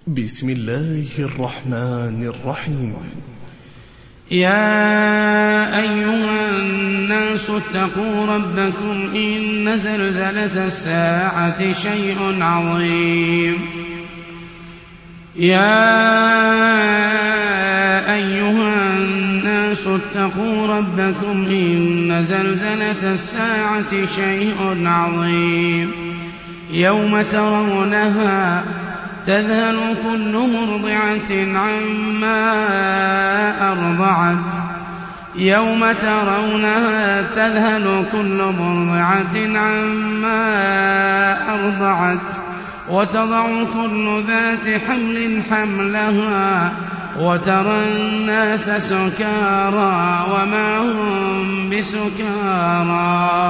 بسم الله الرحمن الرحيم. يا أيها الناس اتقوا ربكم إن زلزلة الساعة شيء عظيم. يا أيها الناس اتقوا ربكم إن زلزلة الساعة شيء عظيم. يوم ترونها تذهل كل مرضعة عما أرضعت. يوم ترونها تذهل كل مرضعة عما أرضعت وتضع كل ذات حمل حملها وترى الناس سكارى وما هم بسكارى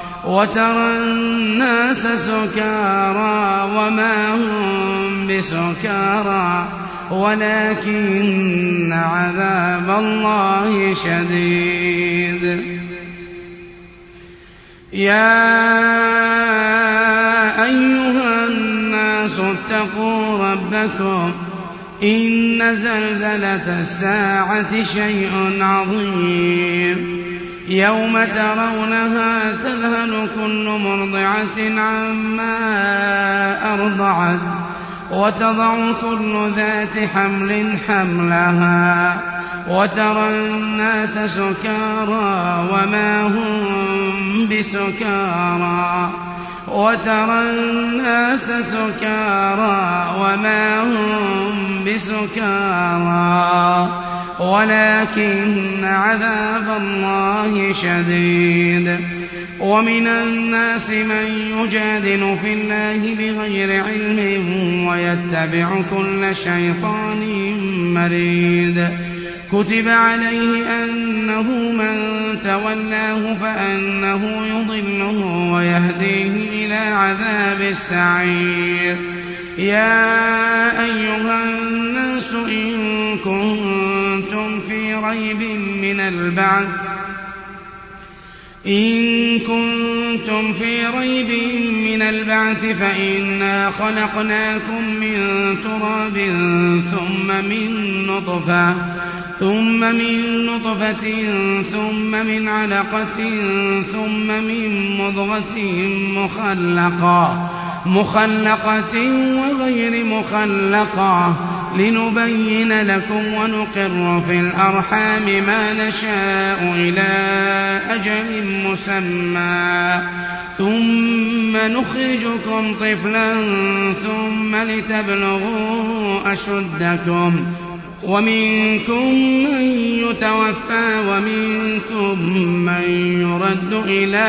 ولكن عذاب الله شديد. يا أيها الناس اتقوا ربكم إن زلزلة الساعة شيء عظيم. يوم ترونها تذهل كل مرضعة عما أرضعت وتضع كل ذات حمل حملها وترى الناس سكارى وما هم بسكارى ولكن عذاب الله شديد. ومن الناس من يجادل في الله بغير علم ويتبع كل شيطان مريد. كتب عليه أنه من تولاه فأنه يضله ويهديه إلى عذاب السعير. يا أيها الناس إن كنتم في ريب من البعث فإنا خلقناكم من تراب ثم من نطفة ثم من علقة ثم من مضغة مخلقة وغير مخلقة لنبين لكم ونقر في الأرحام ما نشاء إلى أجل مسمى ثم نخرجكم طفلا ثم لتبلغوا أشدكم ومنكم من يتوفى ومنكم من يرد إلى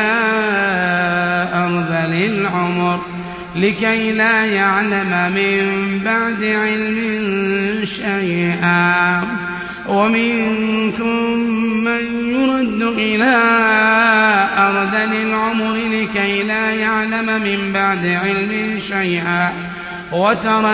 أرذل العمر لكي لا يعلم من بعد علم شيئا ومنكم من يرد إلى أرذل العمر لكي لا يعلم من بعد علم شيئا وترى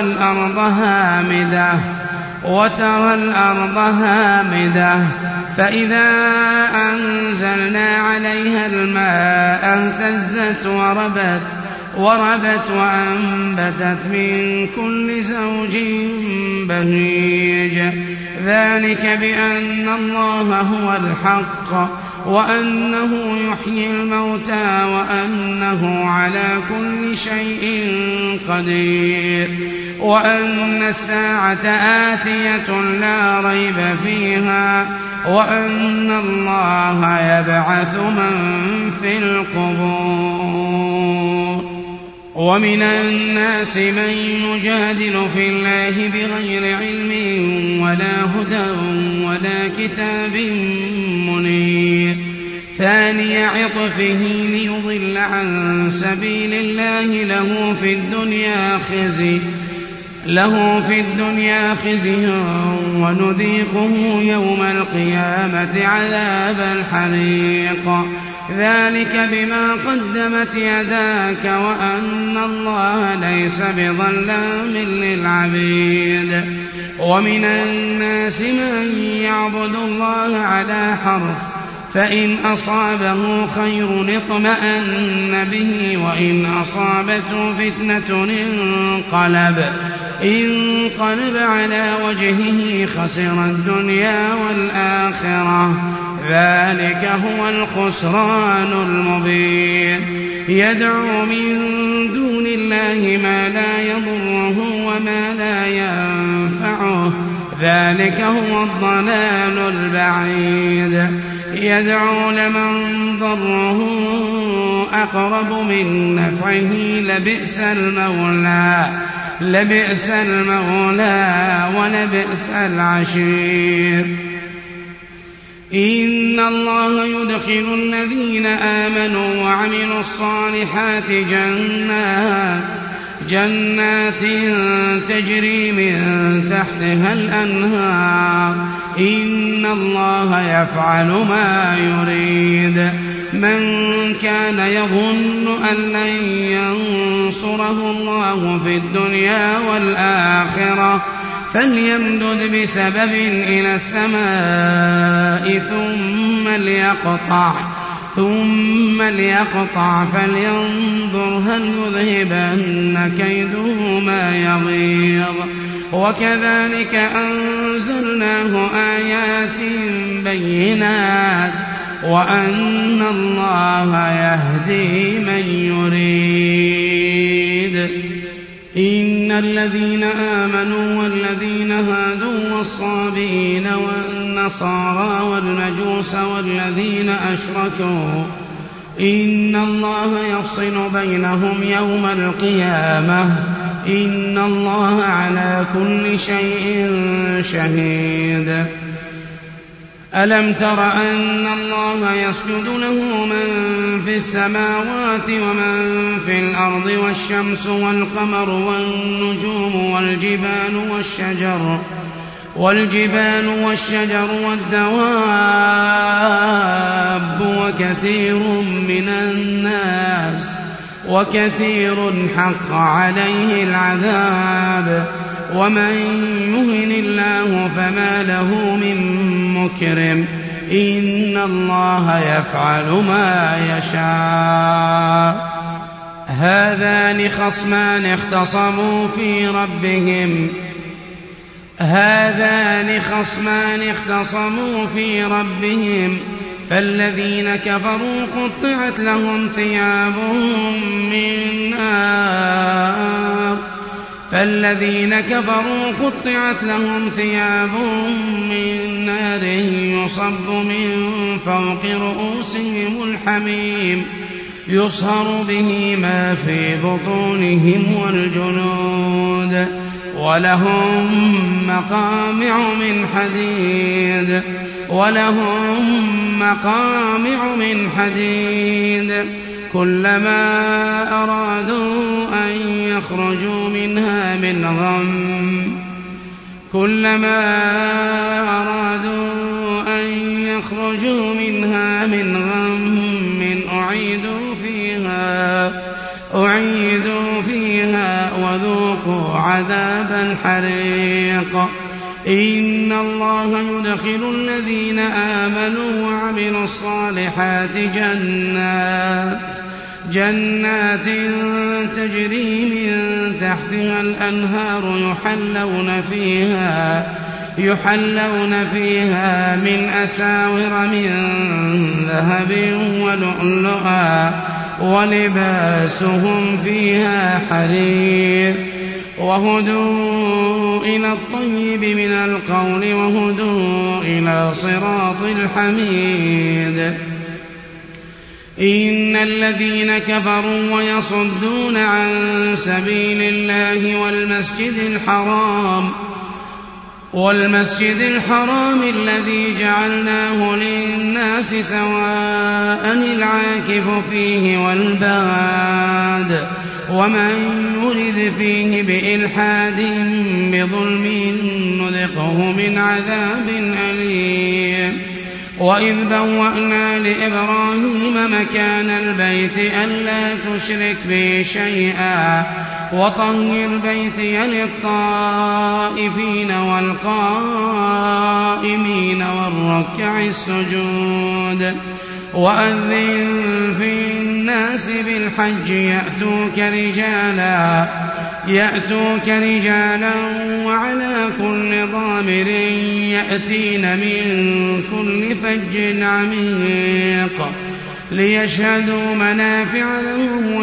الأرض هامدة فإذا أنزلنا عليها الماء اهتزت وربت وأنبتت من كل زوج بهيج. ذلك بأن الله هو الحق وأنه يحيي الموتى وأنه على كل شيء قدير وأن الساعة آتية لا ريب فيها وأن الله يبعث من في القبور. ومن الناس من يجادل في الله بغير علم ولا هدى ولا كتاب منير. ثاني عطفه ليضل عن سبيل الله له في الدنيا خزي ونذيقه يوم القيامة عذاب الحريق. ذلك بما قدمت يداك وأن الله ليس بظلام للعبيد. ومن الناس من يعبد الله على حرف فإن أصابه خير اطمأن به وإن أصابته فتنة انقلب على وجهه خسر الدنيا والآخرة ذلك هو الخسران المبين يدعو من دون الله ما لا يضره وما لا ينفعه ذلك هو الضلال البعيد يدعو لمن ضره أقرب من نفعه لبئس المولى ولبئس العشير إن الله يدخل الذين آمنوا وعملوا الصالحات جنات تجري من تحتها الأنهار إن الله يفعل ما يريد من كان يظن أن لن ينصره الله في الدنيا والآخرة فليمدد بسبب إلى السماء ثم ليقطع فلينظر هل يذهبن كيده ما يغيظ وكذلك أنزلناه آيات بينات وأن الله يهدي من يريد إن الذين آمنوا والذين هادوا والصابئين والنصارى والمجوس والذين أشركوا إن الله يفصل بينهم يوم القيامة إن الله على كل شيء شهيد ألم تر أن الله يسجد له من في السماوات ومن في الأرض والشمس والقمر والنجوم والجبال والشجر والدواب وكثير حق عليه العذاب ومن يهن الله فما له من مكرم إن الله يفعل ما يشاء هذان خصمان اختصموا في ربهم فالذين كفروا قطعت لهم ثياب من نار يصب من فوق رؤوسهم الحميم يصهر به ما في بطونهم والجلود ولهم مقامع من حديد كلما أرادوا أن يخرجوا منها من غم أعيدوا فيها وذوقوا عذاب الحريق إن الله يدخل الذين آمنوا وعملوا الصالحات جنات تجري من تحتها الأنهار يحلون فيها من أساور من ذهب ولؤلؤا ولباسهم فيها حرير وهدوا إلى الطيب من القول وهدوا إلى صراط الحميد إن الذين كفروا ويصدون عن سبيل الله والمسجد الحرام الذي جعلناه للناس سواء العاكف فيه والباد ومن يرد فيه بإلحاد بظلم نذقه من عذاب أليم وإذ بوأنا لإبراهيم مكان البيت ألا تشرك بي شيئا وطهر بيتي للطائفين والقائمين والركع السجود وأذن في الناس بالحج يأتوك رجالا وعلى كل ضامر يأتين من كل فج عميق ليشهدوا منافع لهم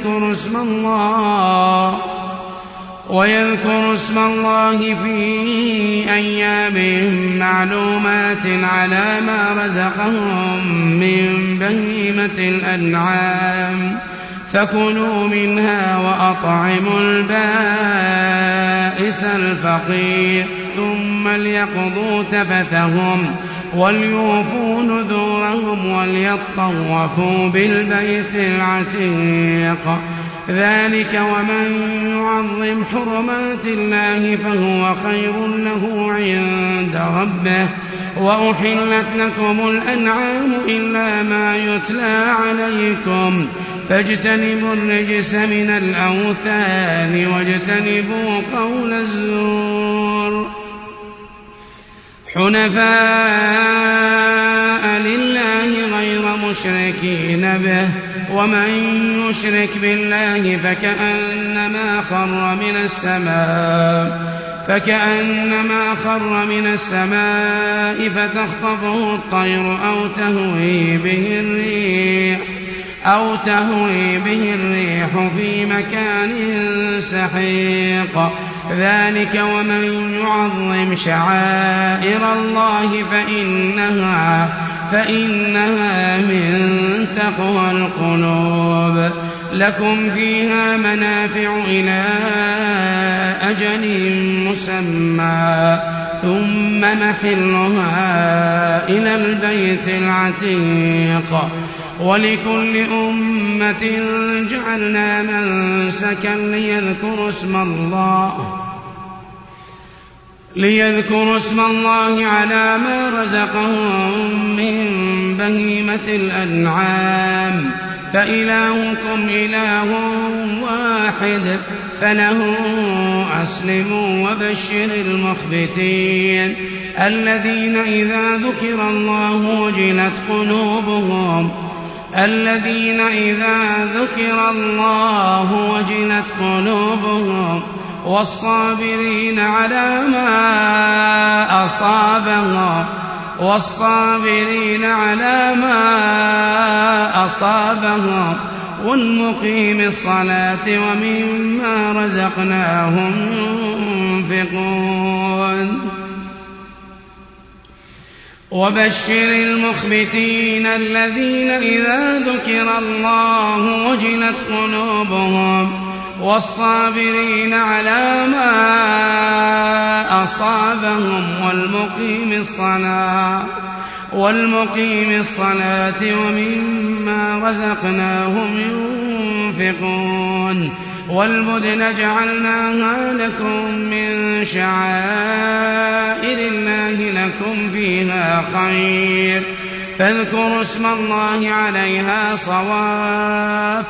ويذكروا اسم الله في أيام معلومات على ما رزقهم من بهيمة الأنعام فكلوا منها وأطعموا البائس الفقير ثم ليقضوا تفثهم وليوفوا نذورهم وليطوفوا بالبيت العتيق ذلك ومن يعظم حرمات الله فهو خير له عند ربه وأحلت لكم الأنعام إلا ما يتلى عليكم فاجتنبوا الرجس من الأوثان واجتنبوا قول الزور حنفاء لله غير مشركين به ومن يشرك بالله فكأنما خر من السماء فتخطفه الطير أو تهوي به الريح في مكان سحيق ذلك ومن يعظم شعائر الله فإنها من تقوى القلوب لكم فيها منافع إلى أجل مسمى ثم محلها إلى البيت العتيق ولكل أمة جعلنا منسكا ليذكروا اسم الله على ما رزقهم من بهيمة الأنعام فإلهكم إله واحد فله أسلموا وبشر المخبتين الذين إذا ذكر الله وجلت قلوبهم والصابرين على ما أصابهم والمقيم الصلاة ومما رزقناهم ينفقون وبشر المخبتين الذين إذا ذكر الله وجلت قلوبهم والصابرين على ما أصابهم والمقيم الصلاة ومما رزقناهم ينفقون والبدن جعلناها لكم من شعائر الله لكم فيها خير فاذكروا اسم الله عليها صواف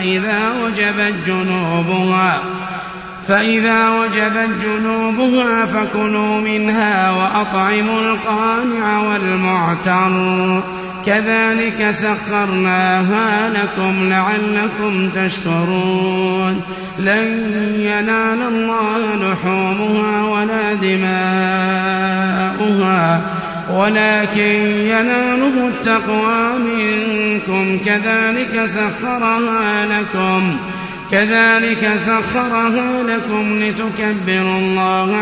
فإذا وجبت جنوبها فكلوا منها وأطعموا القانع والمعتر كذلك سخرناها لكم لعلكم تشكرون لن ينال الله لحومها ولا دماؤها ولكن يناله التقوى منكم كذلك سخرها لكم لتكبروا الله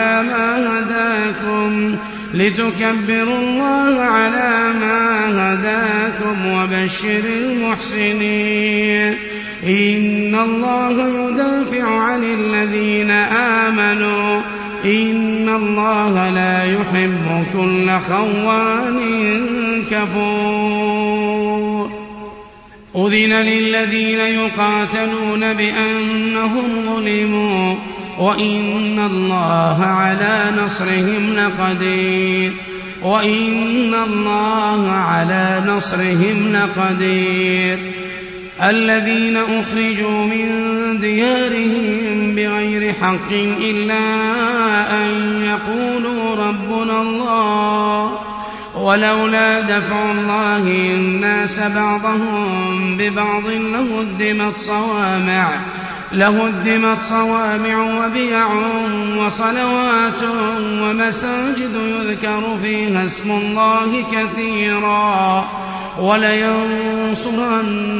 على ما هداكم وبشر المحسنين إن الله يدافع عن الذين آمنوا إن الله لا يحب كل خوان كفور أذن للذين يقاتلون بأنهم ظلموا وإن الله على نصرهم لقدير الذين أخرجوا من ديارهم بغير حق إلا أن يقولوا ربنا الله ولولا دفع الله الناس بعضهم ببعض لهدمت صوامع وبيع وصلوات ومساجد يذكر فيها اسم الله كثيرا ولينصرن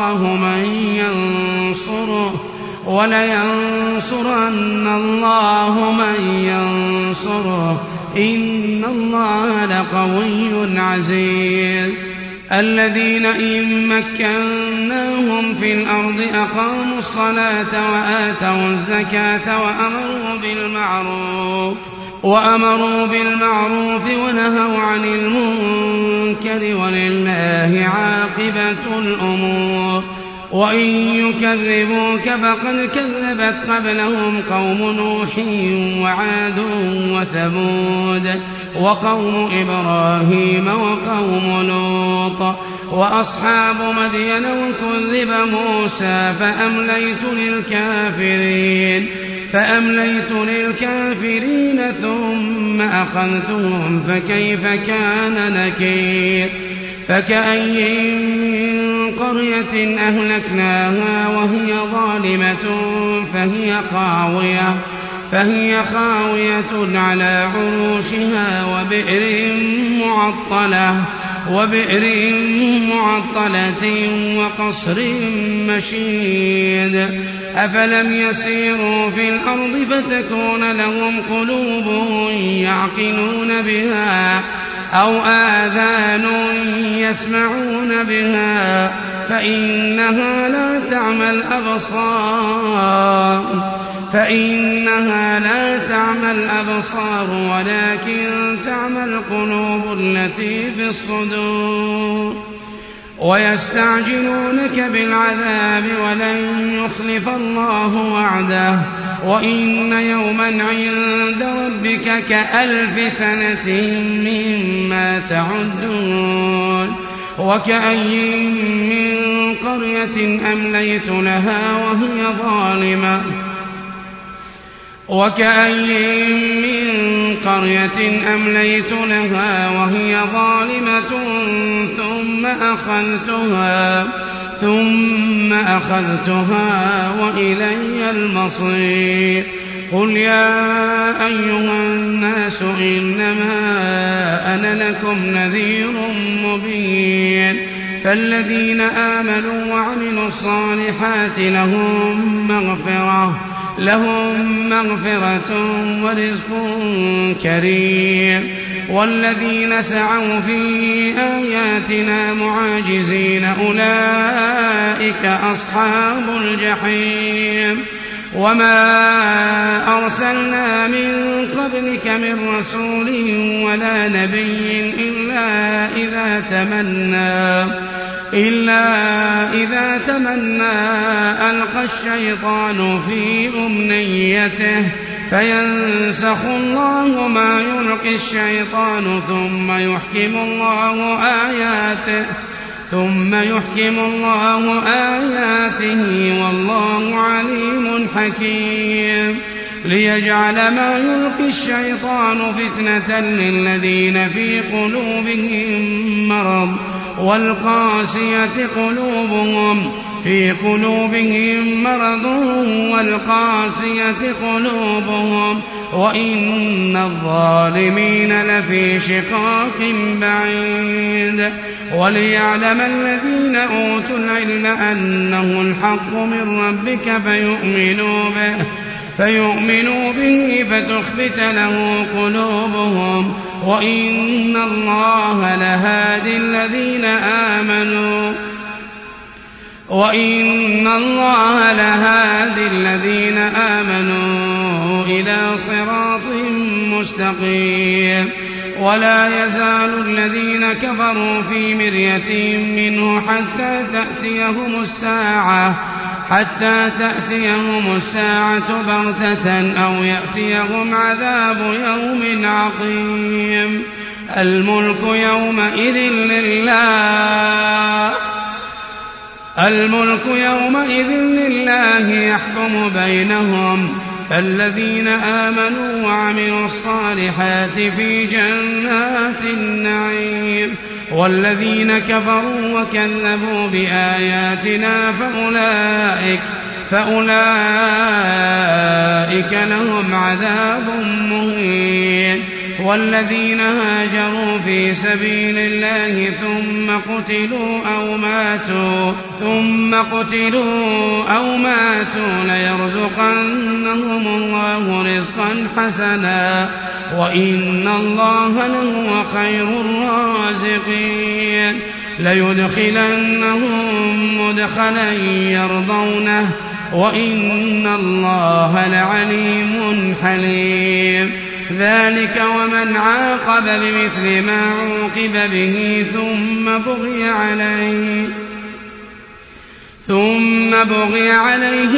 الله من ينصره إن الله لقوي عزيز. الذين إن مكناهم في الأرض أقاموا الصلاة وآتوا الزكاة وأمروا بالمعروف ونهوا عن المنكر ولله عاقبة الأمور. وإن يكذبوك فقد كذبت قبلهم قوم نوح وعاد وثمود وقوم إبراهيم وقوم لوط وأصحاب مدين وكذب موسى فأمليت للكافرين ثم أخذتهم فكيف كان نكير. فكأي من قرية أهلكناها وهي ظالمة فهي خاوية على عروشها وبئر معطلة وقصر مشيد. أفلم يسيروا في الأرض فتكون لهم قلوب يعقلون بها أو آذان يسمعون بها فإنها لا تعمى الأبصار ولكن تعمى القلوب التي في الصدور. ويستعجلونك بالعذاب ولن يخلف الله وعده وإن يوما عند ربك كألف سنة مما تعدون. وكأي من قرية أمليت لها وهي ظالمة ثم أخذتها وإلي المصير. قل يا أيها الناس إنما أنا لكم نذير مبين. فالذين آمنوا وعملوا الصالحات لهم مغفرة ورزق كريم. والذين سعوا في آياتنا معاجزين أولئك أصحاب الجحيم. وما أرسلنا من قبلك من رسول ولا نبي إلا إذا تمنى ألقى الشيطان في أمنيته فينسخ الله ما يلقي الشيطان ثم يحكم الله آياته والله عليم حكيم. ليجعل ما يلقي الشيطان فتنة للذين في قلوبهم مرض والقاسية قلوبهم وإن الظالمين لفي شقاق بعيد. وليعلم الذين أوتوا العلم أنه الحق من ربك فيؤمنوا به فتخبت له قلوبهم وإن الله لهادي الذين آمنوا إلى صراط مستقيم. ولا يزال الذين كفروا في مرية منه حتى تأتيهم الساعة بغتة أو يأتيهم عذاب يوم عقيم. الملك يومئذ لله يحكم بينهم. فالذين آمنوا وعملوا الصالحات في جنات النعيم والذين كفروا وكذبوا بآياتنا فأولئك لهم عذاب مهين. والذين هاجروا في سبيل الله ثم قتلوا أو ماتوا ليرزقنهم الله رزقا حسنا وإن الله لهو خير الرازقين. ليدخلنهم مدخلا يرضونه وإن الله لعليم حليم. ذلك ومن عاقب بمثل ما عوقب به ثم بغي عليه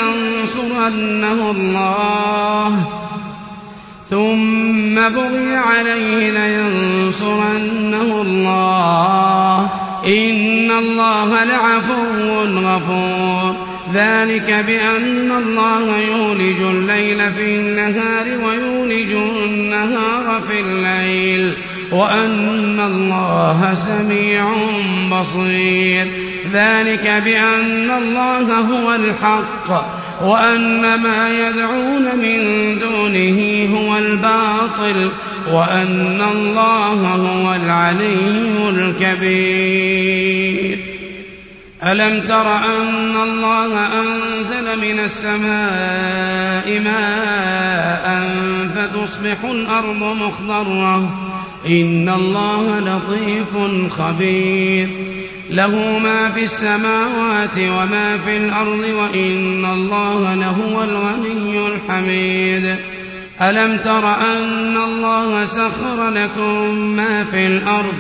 لينصرنه الله إن الله لعفو غفور. ذلك بأن الله يولج الليل في النهار ويولج النهار في الليل وأن الله سميع بصير. ذلك بأن الله هو الحق وأن ما يدعون من دونه هو الباطل وأن الله هو العلي الكبير. ألم تر أن الله أنزل من السماء ماء فتصبح الأرض مخضرة إن الله لطيف خبير. له ما في السماوات وما في الأرض وإن الله لهو الغني الحميد. ألم تر أن الله سخر لكم ما في الأرض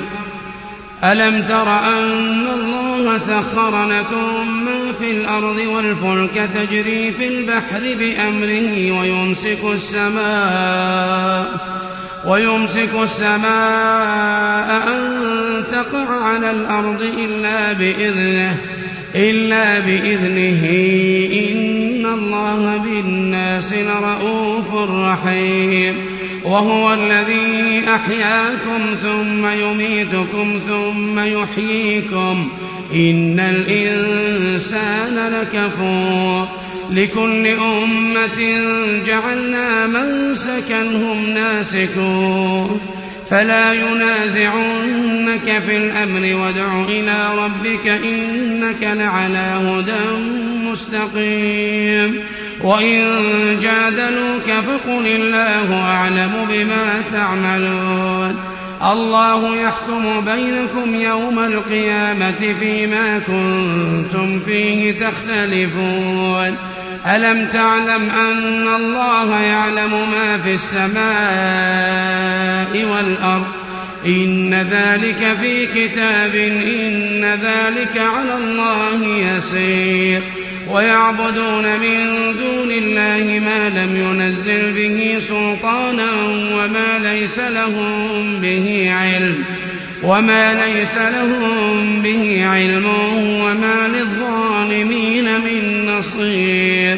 والفلك تجري في البحر بأمره ويمسك السماء أن تقع على الأرض إلا بإذنه إن الله بالناس لرؤوف رحيم. وهو الذي أحياكم ثم يميتكم ثم يحييكم إن الإنسان لكفور. لكل أمة جعلنا منسكا هم ناسكوه فلا ينازعنك في الأمر وادع إلى ربك إنك لعلى هدى مستقيم. وإن جادلوك فقل الله أعلم بما تعملون. الله يحكم بينكم يوم القيامة فيما كنتم فيه تختلفون. ألم تعلم أن الله يعلم ما في السماء والأرض إن ذلك في كتاب إن ذلك على الله يسير. ويعبدون من دون الله ما لم ينزل به سلطانا وما ليس لهم به علم وما للظالمين من نصير.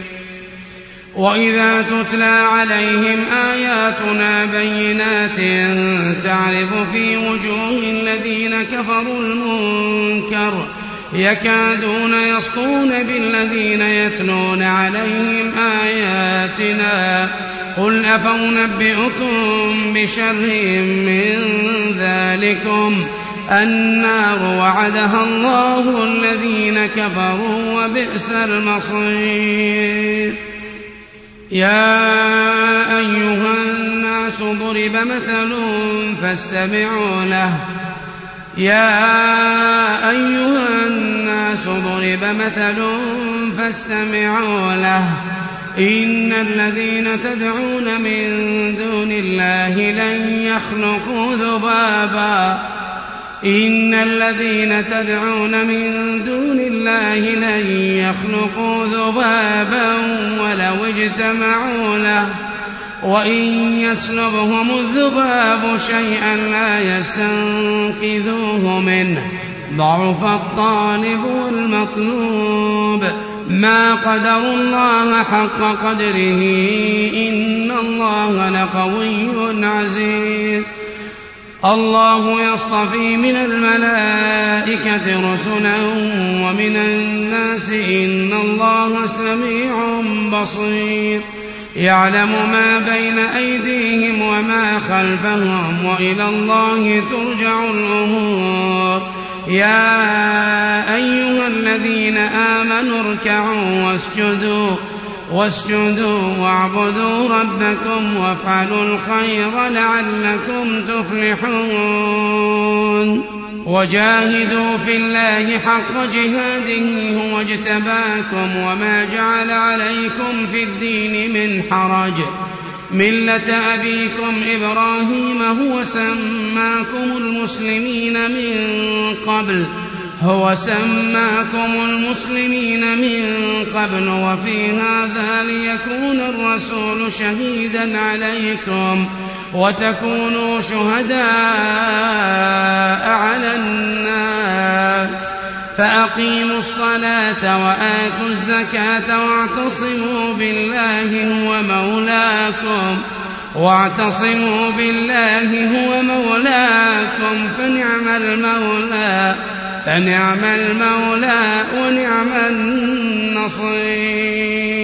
وإذا تتلى عليهم آياتنا بينات تعرف في وجوه الذين كفروا المنكر يكادون يسطون بالذين يتلون عليهم آياتنا قل أفأنبئكم بشر من ذلكم النار وعدها الله الذين كفروا وبئس المصير. يا أيها الناس ضرب مثل فاستمعوا له إن الذين تدعون من دون الله لن يخلقوا ذبابا ولو اجتمعوا له وإن يسلبهم الذباب شيئا لا يستنقذوه منه ضعف الطالب والمطلوب ما قدروا الله حق قدره إن الله لقوي عزيز. الله يصطفي من الملائكة رسلا ومن الناس إن الله سميع بصير يعلم ما بين أيديهم وما خلفهم وإلى الله ترجع الأمور يا أيها الذين آمنوا اركعوا واسجدوا واعبدوا ربكم وافعلوا الخير لعلكم تفلحون وجاهدوا في الله حق جهاده هو اجتباكم وما جعل عليكم في الدين من حرج ملة أبيكم إبراهيم هو سماكم المسلمين من قبل وفي هذا ليكون الرسول شهيدا عليكم وتكونوا شهداء على الناس فأقيموا الصلاة وآتوا الزكاة واعتصموا بالله هو مولاكم فنعم المولى ونعم النصير.